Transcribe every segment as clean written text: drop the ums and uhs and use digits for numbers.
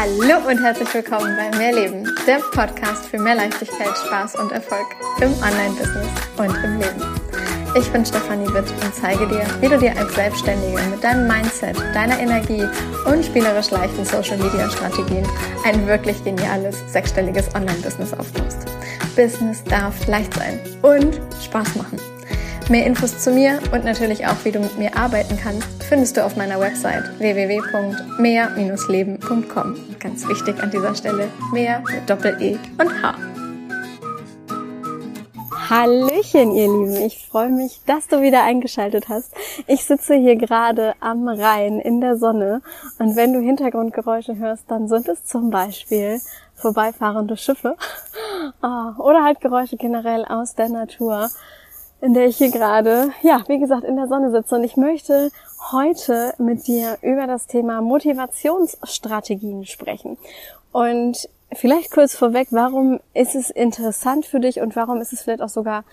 Hallo und herzlich willkommen bei Mehr Leben, der Podcast für mehr Leichtigkeit, Spaß und Erfolg im Online-Business und im Leben. Ich bin Stefanie Witt und zeige dir, wie du dir als Selbstständige mit deinem Mindset, deiner Energie und spielerisch leichten Social-Media-Strategien ein wirklich geniales, sechsstelliges Online-Business aufbaust. Business darf leicht sein und Spaß machen. Mehr Infos zu mir und natürlich auch, wie du mit mir arbeiten kannst, findest du auf meiner Website www.mehr-leben.com. Ganz wichtig an dieser Stelle, mehr mit Doppel-E und H. Hallöchen, ihr Lieben. Ich freue mich, dass du wieder eingeschaltet hast. Ich sitze hier gerade am Rhein in der Sonne und wenn du Hintergrundgeräusche hörst, dann sind es zum Beispiel vorbeifahrende Schiffe oder halt Geräusche generell aus der Natur, in der ich hier gerade, wie gesagt, in der Sonne sitze. Und ich möchte heute mit dir über das Thema Motivationsstrategien sprechen. Und vielleicht kurz vorweg, warum ist es interessant für dich und warum ist es vielleicht auch sogar,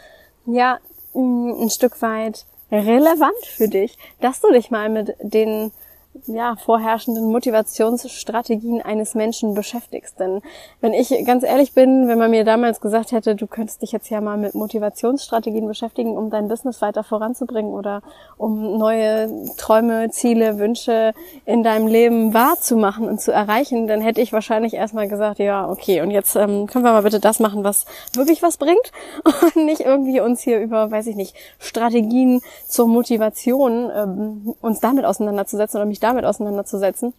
ein Stück weit relevant für dich, dass du dich mal mit den vorherrschenden Motivationsstrategien eines Menschen beschäftigst. Denn wenn ich ganz ehrlich bin, wenn man mir damals gesagt hätte, du könntest dich jetzt ja mal mit Motivationsstrategien beschäftigen, um dein Business weiter voranzubringen oder um neue Träume, Ziele, Wünsche in deinem Leben wahrzumachen und zu erreichen, dann hätte ich wahrscheinlich erstmal gesagt, ja, okay, und jetzt können wir mal bitte das machen, was wirklich was bringt und nicht irgendwie uns hier über, Strategien zur Motivation uns damit auseinanderzusetzen oder mich damit auseinanderzusetzen.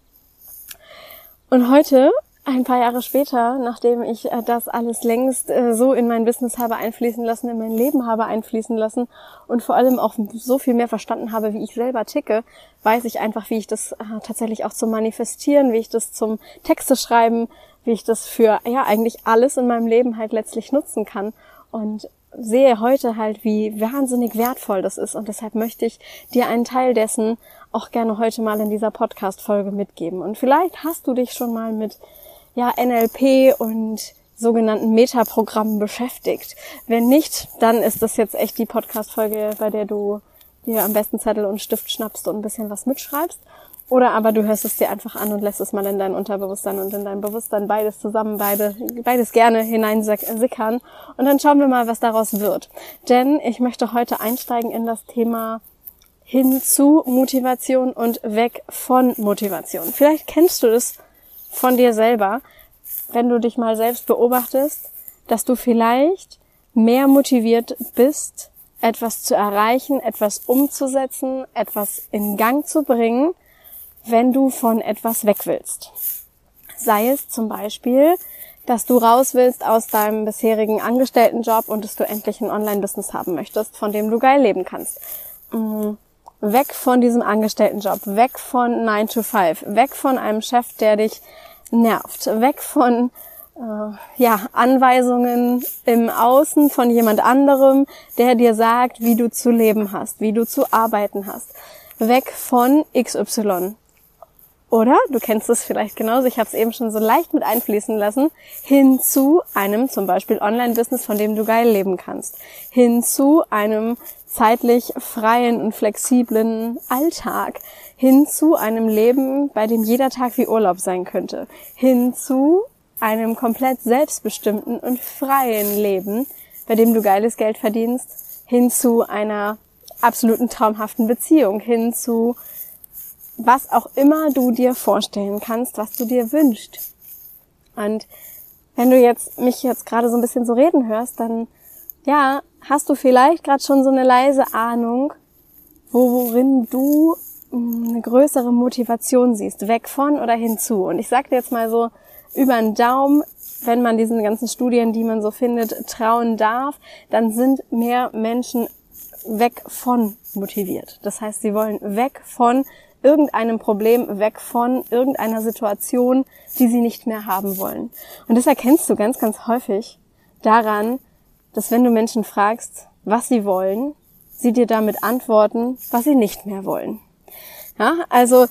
Und heute, ein paar Jahre später, nachdem ich das alles längst so in mein Business habe einfließen lassen, in mein Leben habe einfließen lassen und vor allem auch so viel mehr verstanden habe, wie ich selber ticke, weiß ich einfach, wie ich das tatsächlich auch zum Manifestieren, wie ich das zum Texte schreiben, wie ich das für eigentlich alles in meinem Leben halt letztlich nutzen kann und sehe heute halt, wie wahnsinnig wertvoll das ist und deshalb möchte ich dir einen Teil dessen auch gerne heute mal in dieser Podcast-Folge mitgeben. Und vielleicht hast du dich schon mal mit NLP und sogenannten Metaprogrammen beschäftigt. Wenn nicht, dann ist das jetzt echt die Podcast-Folge, bei der du dir am besten Zettel und Stift schnappst und ein bisschen was mitschreibst. Oder aber du hörst es dir einfach an und lässt es mal in dein Unterbewusstsein und in dein Bewusstsein beides zusammen, beides gerne hineinsickern. Und dann schauen wir mal, was daraus wird. Denn ich möchte heute einsteigen in das Thema hin zu Motivation und weg von Motivation. Vielleicht kennst du das von dir selber, wenn du dich mal selbst beobachtest, dass du vielleicht mehr motiviert bist, etwas zu erreichen, etwas umzusetzen, etwas in Gang zu bringen, wenn du von etwas weg willst. Sei es zum Beispiel, dass du raus willst aus deinem bisherigen Angestelltenjob und dass du endlich ein Online-Business haben möchtest, von dem du geil leben kannst. Weg von diesem Angestelltenjob, weg von 9 to 5, weg von einem Chef, der dich nervt, weg von Anweisungen im Außen von jemand anderem, der dir sagt, wie du zu leben hast, wie du zu arbeiten hast. Weg von XY. Oder, du kennst es vielleicht genauso, ich habe es eben schon so leicht mit einfließen lassen, hin zu einem zum Beispiel Online-Business, von dem du geil leben kannst. Hin zu einem zeitlich freien und flexiblen Alltag. Hin zu einem Leben, bei dem jeder Tag wie Urlaub sein könnte. Hin zu einem komplett selbstbestimmten und freien Leben, bei dem du geiles Geld verdienst. Hin zu einer absoluten traumhaften Beziehung. Hin zu was auch immer du dir vorstellen kannst, was du dir wünschst. Und wenn du mich jetzt gerade so ein bisschen so reden hörst, dann hast du vielleicht gerade schon so eine leise Ahnung, worin du eine größere Motivation siehst, weg von oder hinzu. Und ich sag dir jetzt mal so über den Daumen, wenn man diesen ganzen Studien, die man so findet, trauen darf, dann sind mehr Menschen weg von motiviert. Das heißt, sie wollen weg von irgendeinem Problem, weg von irgendeiner Situation, die sie nicht mehr haben wollen. Und das erkennst du ganz, ganz häufig daran, dass wenn du Menschen fragst, was sie wollen, sie dir damit antworten, was sie nicht mehr wollen. Ja, also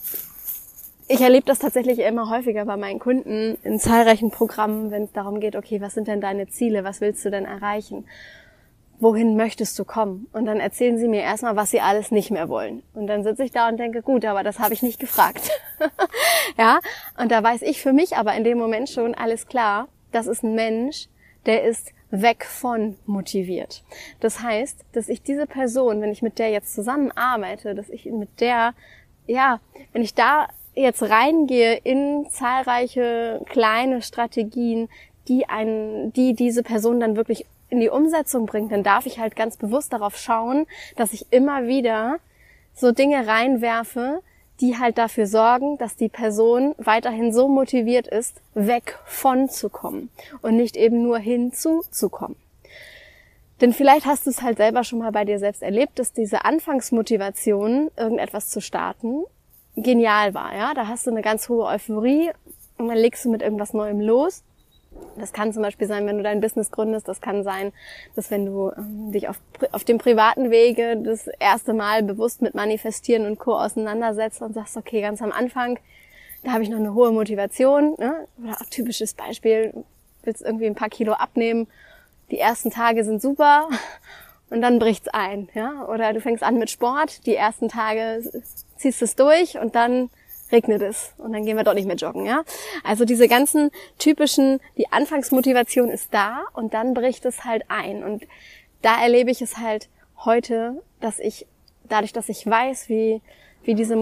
ich erlebe das tatsächlich immer häufiger bei meinen Kunden in zahlreichen Programmen, wenn es darum geht, okay, was sind denn deine Ziele, was willst du denn erreichen? wohin möchtest du kommen? Und dann erzählen sie mir erstmal, was sie alles nicht mehr wollen. Und dann sitze ich da und denke, gut, aber das habe ich nicht gefragt. Ja, und da weiß ich für mich aber in dem Moment schon, alles klar, das ist ein Mensch, der ist weg von motiviert. Das heißt, dass ich diese Person, wenn ich mit der jetzt zusammenarbeite, dass ich mit der, ja, wenn ich da jetzt reingehe in zahlreiche kleine Strategien, die diese Person dann wirklich in die Umsetzung bringt, dann darf ich halt ganz bewusst darauf schauen, dass ich immer wieder so Dinge reinwerfe, die halt dafür sorgen, dass die Person weiterhin so motiviert ist, weg von zu kommen und nicht eben nur hinzu zu kommen. Denn vielleicht hast du es halt selber schon mal bei dir selbst erlebt, dass diese Anfangsmotivation, irgendetwas zu starten, genial war. Ja, da hast du eine ganz hohe Euphorie und dann legst du mit irgendwas Neuem los. Das kann zum Beispiel sein, wenn du dein Business gründest. Das kann sein, dass wenn du dich auf dem privaten Wege das erste Mal bewusst mit Manifestieren und Co. auseinandersetzt und sagst, okay, ganz am Anfang, da habe ich noch eine hohe Motivation. Ne? Oder auch typisches Beispiel, willst irgendwie ein paar Kilo abnehmen. Die ersten Tage sind super und dann bricht's ein. Ja? Oder du fängst an mit Sport, die ersten Tage ziehst es durch und dann regnet es und dann gehen wir doch nicht mehr joggen, ja? Also diese ganzen typischen, die Anfangsmotivation ist da und dann bricht es halt ein. Und da erlebe ich es halt heute, dass ich, dadurch, dass ich weiß, wie diese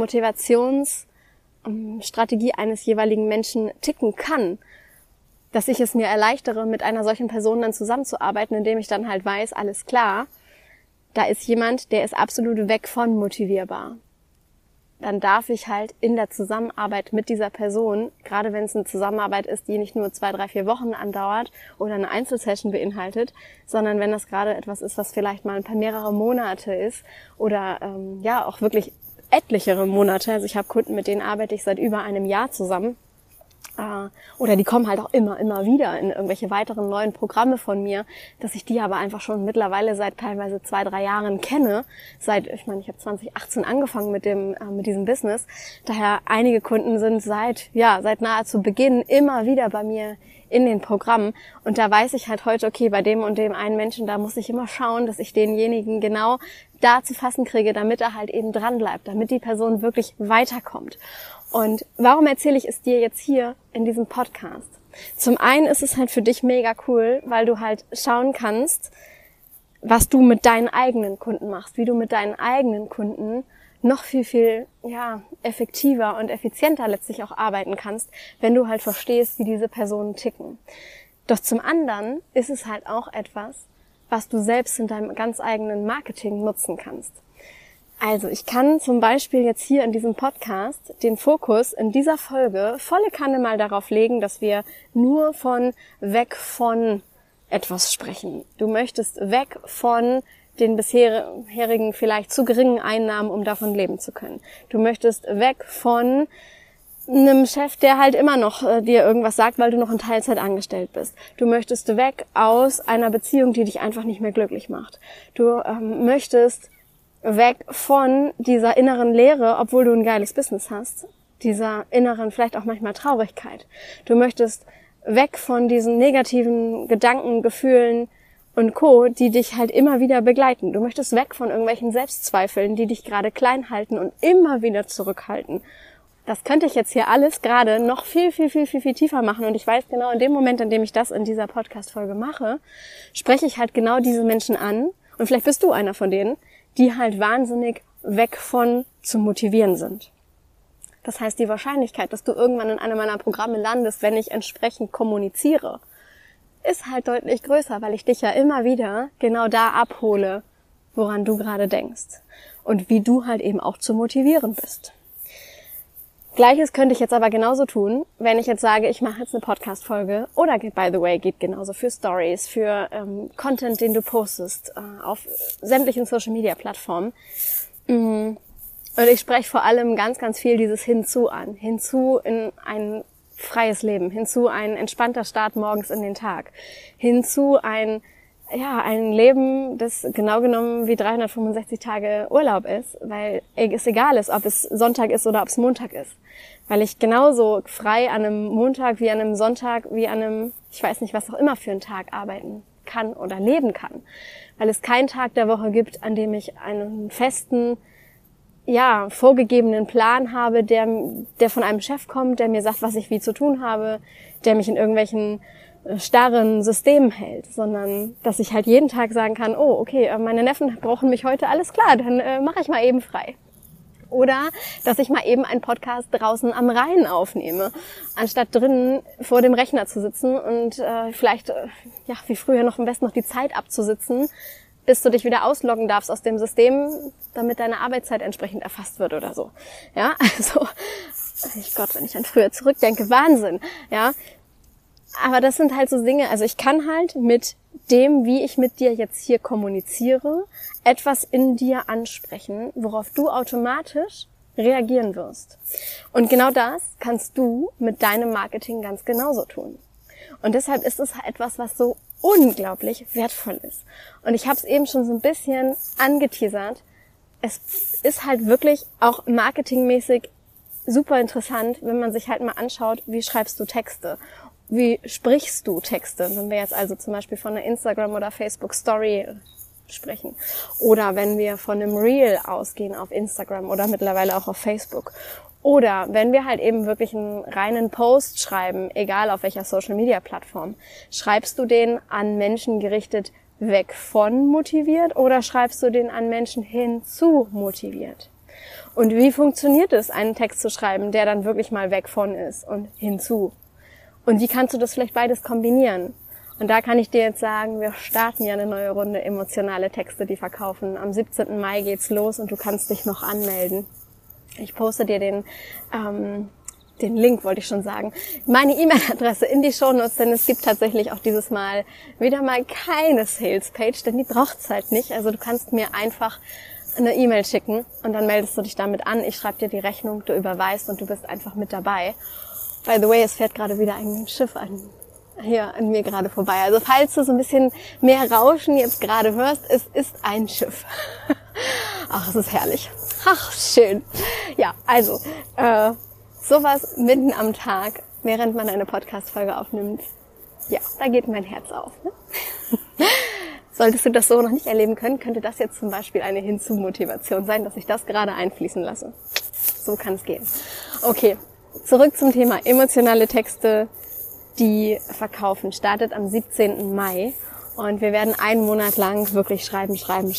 Motivationsstrategie eines jeweiligen Menschen ticken kann, dass ich es mir erleichtere, mit einer solchen Person dann zusammenzuarbeiten, indem ich dann halt weiß, alles klar, da ist jemand, der ist absolut weg von motivierbar. Dann darf ich halt in der Zusammenarbeit mit dieser Person, gerade wenn es eine Zusammenarbeit ist, die nicht nur 2, 3, 4 Wochen andauert oder eine Einzelsession beinhaltet, sondern wenn das gerade etwas ist, was vielleicht mal ein paar mehrere Monate ist oder ja auch wirklich etlichere Monate. Also ich habe Kunden, mit denen arbeite ich seit über einem Jahr zusammen. Oder die kommen halt auch immer wieder in irgendwelche weiteren neuen Programme von mir, dass ich die aber einfach schon mittlerweile seit teilweise 2, 3 Jahren kenne. Ich habe 2018 angefangen mit diesem Business. Daher einige Kunden sind seit nahezu Beginn immer wieder bei mir in den Programmen. Und da weiß ich halt heute, okay, bei dem und dem einen Menschen, da muss ich immer schauen, dass ich denjenigen genau da zu fassen kriege, damit er halt eben dran bleibt, damit die Person wirklich weiterkommt. Und warum erzähle ich es dir jetzt hier in diesem Podcast? Zum einen ist es halt für dich mega cool, weil du halt schauen kannst, was du mit deinen eigenen Kunden machst, wie du mit deinen eigenen Kunden noch viel effektiver und effizienter letztlich auch arbeiten kannst, wenn du halt verstehst, wie diese Personen ticken. Doch zum anderen ist es halt auch etwas, was du selbst in deinem ganz eigenen Marketing nutzen kannst. Also ich kann zum Beispiel jetzt hier in diesem Podcast den Fokus in dieser Folge volle Kanne mal darauf legen, dass wir nur von weg von etwas sprechen. Du möchtest weg von den bisherigen vielleicht zu geringen Einnahmen, um davon leben zu können. Du möchtest weg von einem Chef, der halt immer noch dir irgendwas sagt, weil du noch in Teilzeit angestellt bist. Du möchtest weg aus einer Beziehung, die dich einfach nicht mehr glücklich macht. Du möchtest weg von dieser inneren Leere, obwohl du ein geiles Business hast, dieser inneren vielleicht auch manchmal Traurigkeit. Du möchtest weg von diesen negativen Gedanken, Gefühlen und Co., die dich halt immer wieder begleiten. Du möchtest weg von irgendwelchen Selbstzweifeln, die dich gerade klein halten und immer wieder zurückhalten. Das könnte ich jetzt hier alles gerade noch viel tiefer machen. Und ich weiß genau, in dem Moment, in dem ich das in dieser Podcast-Folge mache, spreche ich halt genau diese Menschen an. Und vielleicht bist du einer von denen, die halt wahnsinnig weg von zu motivieren sind. Das heißt, die Wahrscheinlichkeit, dass du irgendwann in einem meiner Programme landest, wenn ich entsprechend kommuniziere, ist halt deutlich größer, weil ich dich ja immer wieder genau da abhole, woran du gerade denkst und wie du halt eben auch zu motivieren bist. Gleiches könnte ich jetzt aber genauso tun, wenn ich jetzt sage, ich mache jetzt eine Podcast-Folge oder, by the way, geht genauso für Stories, für Content, den du postest auf sämtlichen Social-Media-Plattformen. Und ich spreche vor allem ganz viel dieses Hinzu an. Hinzu in ein freies Leben, hinzu ein entspannter Start morgens in den Tag, hinzu ein Leben, das genau genommen wie 365 Tage Urlaub ist, weil es egal ist, ob es Sonntag ist oder ob es Montag ist. Weil ich genauso frei an einem Montag wie an einem Sonntag wie an einem, ich weiß nicht, was auch immer für einen Tag arbeiten kann oder leben kann. Weil es keinen Tag der Woche gibt, an dem ich einen festen, vorgegebenen Plan habe, der von einem Chef kommt, der mir sagt, was ich wie zu tun habe, der mich in irgendwelchen starren Systemen hält, sondern dass ich halt jeden Tag sagen kann, oh, okay, meine Neffen brauchen mich heute, alles klar, dann mache ich mal eben frei. Oder dass ich mal eben einen Podcast draußen am Rhein aufnehme, anstatt drinnen vor dem Rechner zu sitzen und vielleicht, wie früher noch am besten noch die Zeit abzusitzen, bis du dich wieder ausloggen darfst aus dem System, damit deine Arbeitszeit entsprechend erfasst wird oder so. Ja, also, Gott, wenn ich an früher zurückdenke, Wahnsinn, ja. Aber das sind halt so Dinge, also ich kann halt mit dem, wie ich mit dir jetzt hier kommuniziere, etwas in dir ansprechen, worauf du automatisch reagieren wirst. Und genau das kannst du mit deinem Marketing ganz genauso tun. Und deshalb ist es etwas, was so unglaublich wertvoll ist. Und ich habe es eben schon so ein bisschen angeteasert. Es ist halt wirklich auch marketingmäßig super interessant, wenn man sich halt mal anschaut, wie schreibst du Texte? Wie sprichst du Texte? Wenn wir jetzt also zum Beispiel von einer Instagram- oder Facebook-Story sprechen. Oder wenn wir von einem Reel ausgehen auf Instagram oder mittlerweile auch auf Facebook. Oder wenn wir halt eben wirklich einen reinen Post schreiben, egal auf welcher Social-Media-Plattform, schreibst du den an Menschen gerichtet weg von motiviert oder schreibst du den an Menschen hinzu motiviert? Und wie funktioniert es, einen Text zu schreiben, der dann wirklich mal weg von ist und hinzu? Und wie kannst du das vielleicht beides kombinieren? Und da kann ich dir jetzt sagen, wir starten ja eine neue Runde emotionale Texte, die verkaufen. Am 17. Mai geht's los und du kannst dich noch anmelden. Ich poste dir den Link, wollte ich schon sagen, meine E-Mail-Adresse in die Shownotes, denn es gibt tatsächlich auch dieses Mal wieder mal keine Sales-Page, denn die braucht's halt nicht. Also du kannst mir einfach eine E-Mail schicken und dann meldest du dich damit an. Ich schreibe dir die Rechnung, du überweist und du bist einfach mit dabei. By the way, es fährt gerade wieder ein Schiff hier an mir gerade vorbei. Also falls du so ein bisschen mehr Rauschen jetzt gerade hörst, es ist ein Schiff. Ach, es ist herrlich. Ach, schön. Ja, also sowas mitten am Tag, während man eine Podcast-Folge aufnimmt, ja, da geht mein Herz auf. Ne? Solltest du das so noch nicht erleben können, könnte das jetzt zum Beispiel eine Hinzu-Motivation sein, dass ich das gerade einfließen lasse. So kann es gehen. Okay, zurück zum Thema emotionale Texte, die verkaufen. Startet am 17. Mai und wir werden einen Monat lang wirklich schreiben.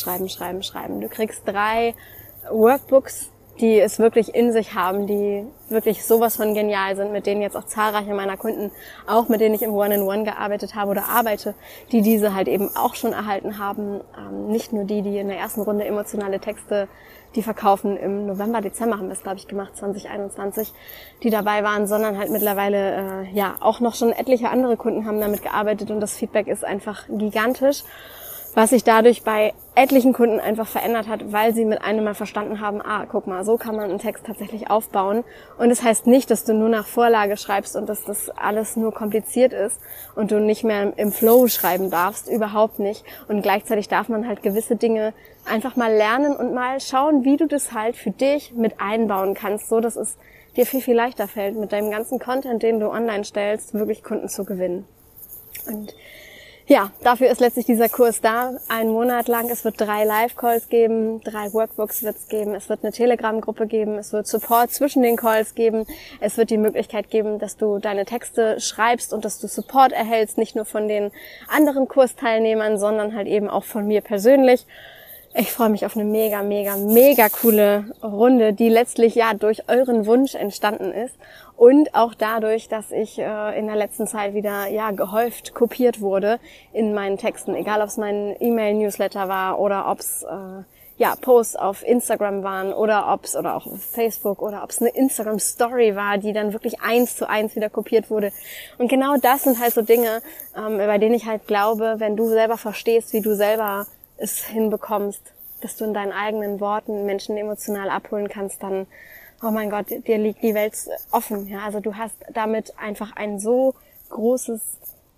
Du kriegst 3 Workbooks, die es wirklich in sich haben, die wirklich sowas von genial sind, mit denen jetzt auch zahlreiche meiner Kunden, auch mit denen ich im One-on-One gearbeitet habe oder arbeite, die diese halt eben auch schon erhalten haben. Nicht nur die in der ersten Runde emotionale Texte, die verkaufen im November, Dezember haben wir es, glaube ich, gemacht, 2021, die dabei waren, sondern halt mittlerweile auch noch schon etliche andere Kunden haben damit gearbeitet und das Feedback ist einfach gigantisch, was sich dadurch bei etlichen Kunden einfach verändert hat, weil sie mit einem mal verstanden haben, guck mal, so kann man einen Text tatsächlich aufbauen. Und das heißt nicht, dass du nur nach Vorlage schreibst und dass das alles nur kompliziert ist und du nicht mehr im Flow schreiben darfst, überhaupt nicht. Und gleichzeitig darf man halt gewisse Dinge einfach mal lernen und mal schauen, wie du das halt für dich mit einbauen kannst, so dass es dir viel, viel leichter fällt, mit deinem ganzen Content, den du online stellst, wirklich Kunden zu gewinnen. Und ja, dafür ist letztlich dieser Kurs da, einen Monat lang. Es wird 3 Live-Calls geben, 3 Workbooks wird es geben, es wird eine Telegram-Gruppe geben, es wird Support zwischen den Calls geben, es wird die Möglichkeit geben, dass du deine Texte schreibst und dass du Support erhältst, nicht nur von den anderen Kursteilnehmern, sondern halt eben auch von mir persönlich. Ich freue mich auf eine mega, mega, mega coole Runde, die letztlich ja durch euren Wunsch entstanden ist und auch dadurch, dass ich in der letzten Zeit wieder gehäuft kopiert wurde in meinen Texten, egal ob es mein E-Mail-Newsletter war oder ob es Posts auf Instagram waren oder auch auf Facebook oder ob es eine Instagram-Story war, die dann wirklich 1:1 wieder kopiert wurde. Und genau das sind halt so Dinge, bei denen ich halt glaube, wenn du selber verstehst, wie du selber es hinbekommst, dass du in deinen eigenen Worten Menschen emotional abholen kannst, dann, oh mein Gott, dir liegt die Welt offen. Ja, also du hast damit einfach ein so großes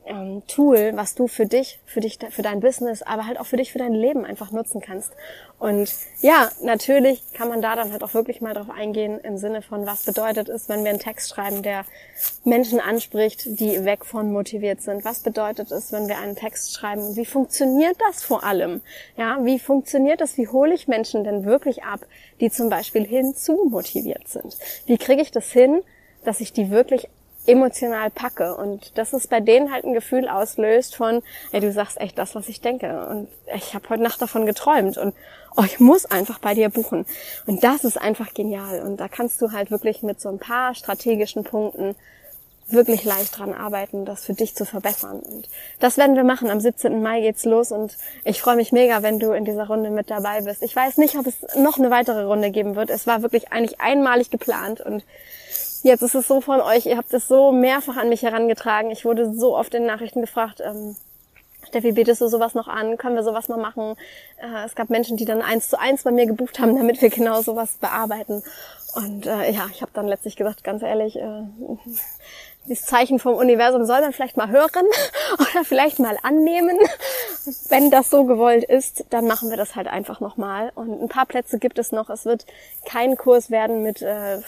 Tool, was du für dich, für dein Business, aber halt auch für dich, für dein Leben einfach nutzen kannst. Und ja, natürlich kann man da dann halt auch wirklich mal drauf eingehen im Sinne von, was bedeutet es, wenn wir einen Text schreiben, der Menschen anspricht, die weg von motiviert sind? Was bedeutet es, wenn wir einen Text schreiben? Und wie funktioniert das vor allem? Ja, wie funktioniert das? Wie hole ich Menschen denn wirklich ab, die zum Beispiel hinzu motiviert sind? Wie kriege ich das hin, dass ich die wirklich emotional packe und dass es bei denen halt ein Gefühl auslöst von, ey, du sagst echt das, was ich denke und ich habe heute Nacht davon geträumt und ich muss einfach bei dir buchen. Und das ist einfach genial und da kannst du halt wirklich mit so ein paar strategischen Punkten wirklich leicht dran arbeiten, das für dich zu verbessern. Und das werden wir machen. Am 17. Mai geht's los und ich freue mich mega, wenn du in dieser Runde mit dabei bist. Ich weiß nicht, ob es noch eine weitere Runde geben wird. Es war wirklich eigentlich einmalig geplant und jetzt ist es so von euch, ihr habt es so mehrfach an mich herangetragen. Ich wurde so oft in Nachrichten gefragt, Steffi, bietest du sowas noch an? Können wir sowas mal machen? Es gab Menschen, die dann 1:1 bei mir gebucht haben, damit wir genau sowas bearbeiten. Und ich habe dann letztlich gesagt, ganz ehrlich, dieses Zeichen vom Universum soll man vielleicht mal hören oder vielleicht mal annehmen. Wenn das so gewollt ist, dann machen wir das halt einfach nochmal. Und ein paar Plätze gibt es noch. Es wird kein Kurs werden mit,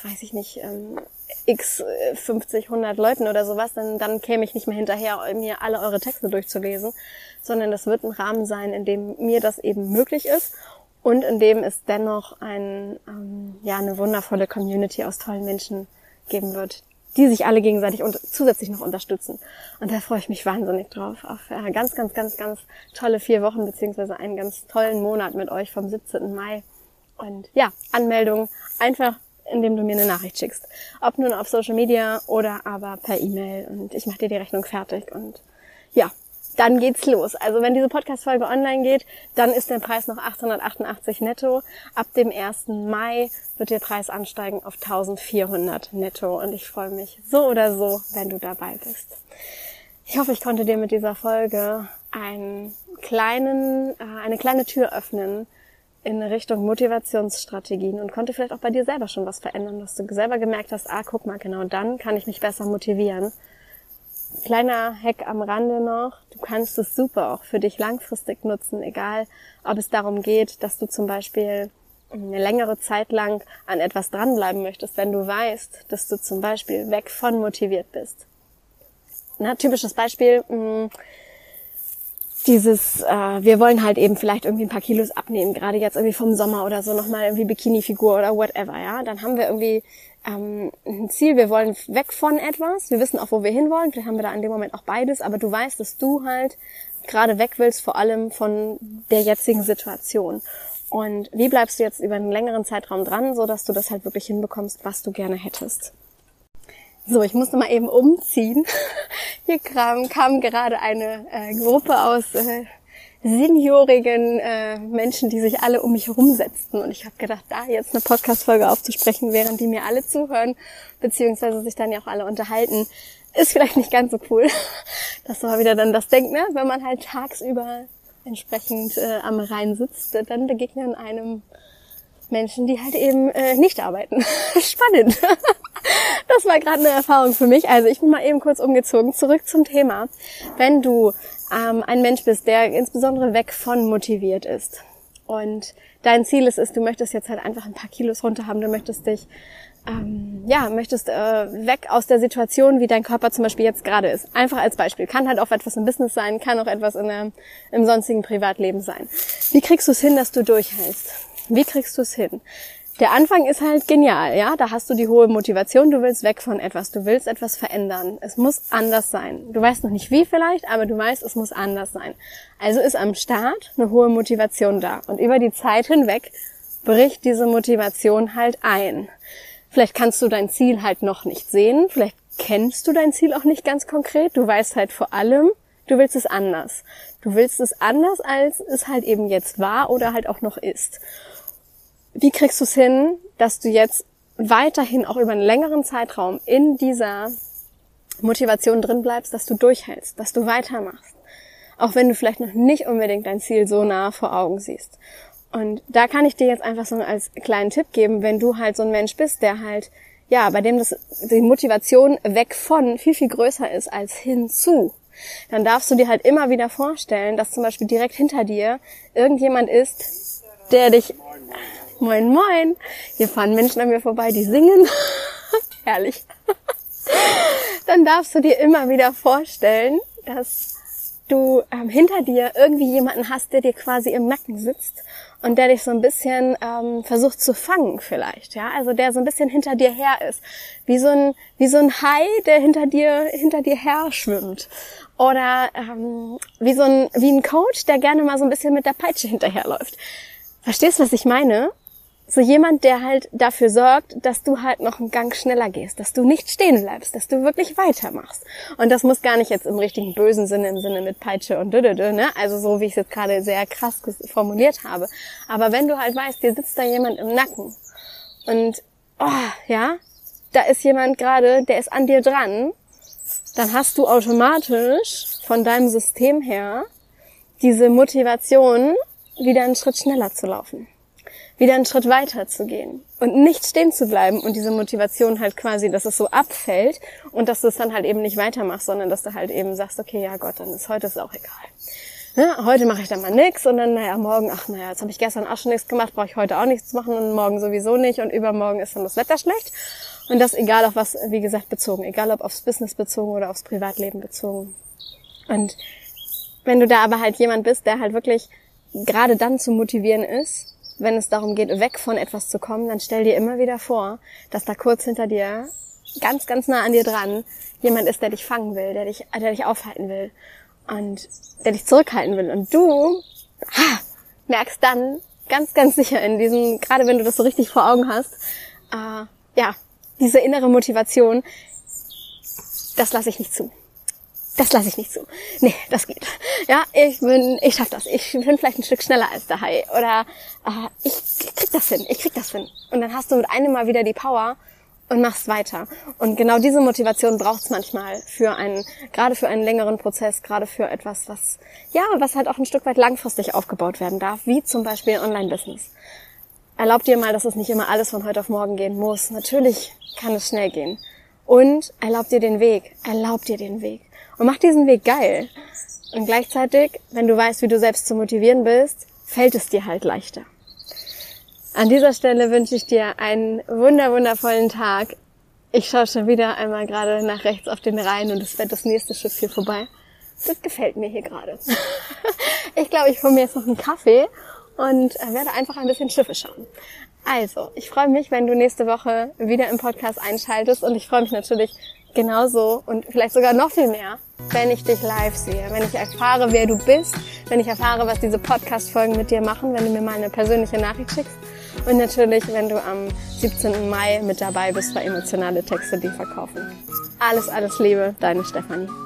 x 50, 100 Leuten oder sowas, denn dann käme ich nicht mehr hinterher, mir alle eure Texte durchzulesen, sondern das wird ein Rahmen sein, in dem mir das eben möglich ist und in dem es dennoch eine wundervolle Community aus tollen Menschen geben wird, die sich alle gegenseitig und zusätzlich noch unterstützen. Und da freue ich mich wahnsinnig drauf, auf ganz, ganz, ganz, ganz tolle 4 Wochen beziehungsweise einen ganz tollen Monat mit euch vom 17. Mai. Und ja, Anmeldung einfach, indem du mir eine Nachricht schickst. Ob nun auf Social Media oder aber per E-Mail und ich mache dir die Rechnung fertig und ja, dann geht's los. Also wenn diese Podcast-Folge online geht, dann ist der Preis noch 888 netto. Ab dem 1. Mai wird der Preis ansteigen auf 1400 netto und ich freue mich so oder so, wenn du dabei bist. Ich hoffe, ich konnte dir mit dieser Folge eine kleine Tür öffnen in Richtung Motivationsstrategien und konnte vielleicht auch bei dir selber schon was verändern, dass du selber gemerkt hast, guck mal, genau dann kann ich mich besser motivieren. Kleiner Hack am Rande noch, du kannst es super auch für dich langfristig nutzen, egal ob es darum geht, dass du zum Beispiel eine längere Zeit lang an etwas dranbleiben möchtest, wenn du weißt, dass du zum Beispiel weg von motiviert bist. Typisches Beispiel, wir wollen halt eben vielleicht irgendwie ein paar Kilos abnehmen, gerade jetzt irgendwie vom Sommer oder so nochmal irgendwie Bikini-Figur oder whatever, ja. Dann haben wir irgendwie ein Ziel, wir wollen weg von etwas, wir wissen auch, wo wir hinwollen, vielleicht haben wir da in dem Moment auch beides, aber du weißt, dass du halt gerade weg willst, vor allem von der jetzigen Situation. Und wie bleibst du jetzt über einen längeren Zeitraum dran, so dass du das halt wirklich hinbekommst, was du gerne hättest? So, ich musste mal eben umziehen. Hier kam gerade eine Gruppe aus seniorigen Menschen, die sich alle um mich herumsetzten. Und ich habe gedacht, da jetzt eine Podcast-Folge aufzusprechen, während die mir alle zuhören, beziehungsweise sich dann ja auch alle unterhalten, ist vielleicht nicht ganz so cool. Das war wieder dann das Denken, ne? Wenn man halt tagsüber entsprechend am Rhein sitzt, dann begegnen einem Menschen, die halt eben nicht arbeiten. Spannend. Das war gerade eine Erfahrung für mich. Also ich bin mal eben kurz umgezogen. Zurück zum Thema. Wenn du ein Mensch bist, der insbesondere weg von motiviert ist und dein Ziel ist, du möchtest jetzt halt einfach ein paar Kilos runter haben, du möchtest dich weg aus der Situation, wie dein Körper zum Beispiel jetzt gerade ist. Einfach als Beispiel. Kann halt auch etwas im Business sein, kann auch etwas im sonstigen Privatleben sein. Wie kriegst du es hin, dass du durchhältst? Wie kriegst du es hin? Der Anfang ist halt genial, ja? Da hast du die hohe Motivation, du willst weg von etwas, du willst etwas verändern. Es muss anders sein. Du weißt noch nicht wie vielleicht, aber du weißt, es muss anders sein. Also ist am Start eine hohe Motivation da. Und über die Zeit hinweg bricht diese Motivation halt ein. Vielleicht kannst du dein Ziel halt noch nicht sehen, vielleicht kennst du dein Ziel auch nicht ganz konkret. Du weißt halt vor allem, du willst es anders. Du willst es anders, als es halt eben jetzt war oder halt auch noch ist. Wie kriegst du es hin, dass du jetzt weiterhin auch über einen längeren Zeitraum in dieser Motivation drin bleibst, dass du durchhältst, dass du weitermachst? Auch wenn du vielleicht noch nicht unbedingt dein Ziel so nah vor Augen siehst. Und da kann ich dir jetzt einfach so als kleinen Tipp geben, wenn du halt so ein Mensch bist, der halt, bei dem die Motivation weg von viel, viel größer ist als hinzu. dann darfst du dir halt immer wieder vorstellen, dass zum Beispiel direkt hinter dir irgendjemand ist, der dich, moin moin, hier fahren Menschen an mir vorbei, die singen, herrlich, dann darfst du dir immer wieder vorstellen, dass du hinter dir irgendwie jemanden hast, der dir quasi im Nacken sitzt und der dich so ein bisschen versucht zu fangen vielleicht, ja, also der so ein bisschen hinter dir her ist, wie so ein Hai, der hinter dir her schwimmt, oder wie ein Coach, der gerne mal so ein bisschen mit der Peitsche hinterherläuft. Verstehst du, was ich meine? So jemand, der halt dafür sorgt, dass du halt noch einen Gang schneller gehst, dass du nicht stehen bleibst, dass du wirklich weitermachst. Und das muss gar nicht jetzt im richtigen bösen Sinne, im Sinne mit Peitsche und ne? Also so, wie ich es jetzt gerade sehr krass formuliert habe. Aber wenn du halt weißt, dir sitzt da jemand im Nacken und, da ist jemand gerade, der ist an dir dran, dann hast du automatisch von deinem System her diese Motivation, wieder einen Schritt schneller zu laufen. Wieder einen Schritt weiter zu gehen und nicht stehen zu bleiben und diese Motivation halt quasi, dass es so abfällt und dass du es dann halt eben nicht weitermachst, sondern dass du halt eben sagst, okay, ja Gott, dann ist heute auch egal. Ja, heute mache ich dann mal nichts und dann, morgen, jetzt habe ich gestern auch schon nichts gemacht, brauche ich heute auch nichts machen und morgen sowieso nicht und übermorgen ist dann das Wetter schlecht. Und das egal auf was, wie gesagt, bezogen, egal ob aufs Business bezogen oder aufs Privatleben bezogen. Und wenn du da aber halt jemand bist, der halt wirklich gerade dann zu motivieren ist, wenn es darum geht, weg von etwas zu kommen, dann stell dir immer wieder vor, dass da kurz hinter dir, ganz, ganz nah an dir dran, jemand ist, der dich fangen will, der dich aufhalten will und der dich zurückhalten will. Und du merkst dann ganz, ganz sicher in diesem, gerade wenn du das so richtig vor Augen hast, diese innere Motivation, das lasse ich nicht zu. Das lasse ich nicht zu. Nee, das geht. Ja, ich schaff das. Ich bin vielleicht ein Stück schneller als der Hai. Oder ich krieg das hin. Und dann hast du mit einem Mal wieder die Power und machst weiter. Und genau diese Motivation braucht's manchmal gerade für einen längeren Prozess, gerade für etwas, was halt auch ein Stück weit langfristig aufgebaut werden darf, wie zum Beispiel ein Online-Business. Erlaub dir mal, dass es nicht immer alles von heute auf morgen gehen muss. Natürlich kann es schnell gehen. Und erlaub dir den Weg. Und mach diesen Weg geil. Und gleichzeitig, wenn du weißt, wie du selbst zu motivieren bist, fällt es dir halt leichter. An dieser Stelle wünsche ich dir einen wundervollen Tag. Ich schaue schon wieder einmal gerade nach rechts auf den Rhein und es fährt das nächste Schiff hier vorbei. Das gefällt mir hier gerade. Ich glaube, ich hole mir jetzt noch einen Kaffee und werde einfach ein bisschen Schiffe schauen. Also, ich freue mich, wenn du nächste Woche wieder im Podcast einschaltest und ich freue mich natürlich genauso und vielleicht sogar noch viel mehr, wenn ich dich live sehe, wenn ich erfahre, wer du bist, wenn ich erfahre, was diese Podcast-Folgen mit dir machen, wenn du mir mal eine persönliche Nachricht schickst und natürlich, wenn du am 17. Mai mit dabei bist bei Emotionale Texte, die verkaufen. Alles Liebe, deine Stefanie.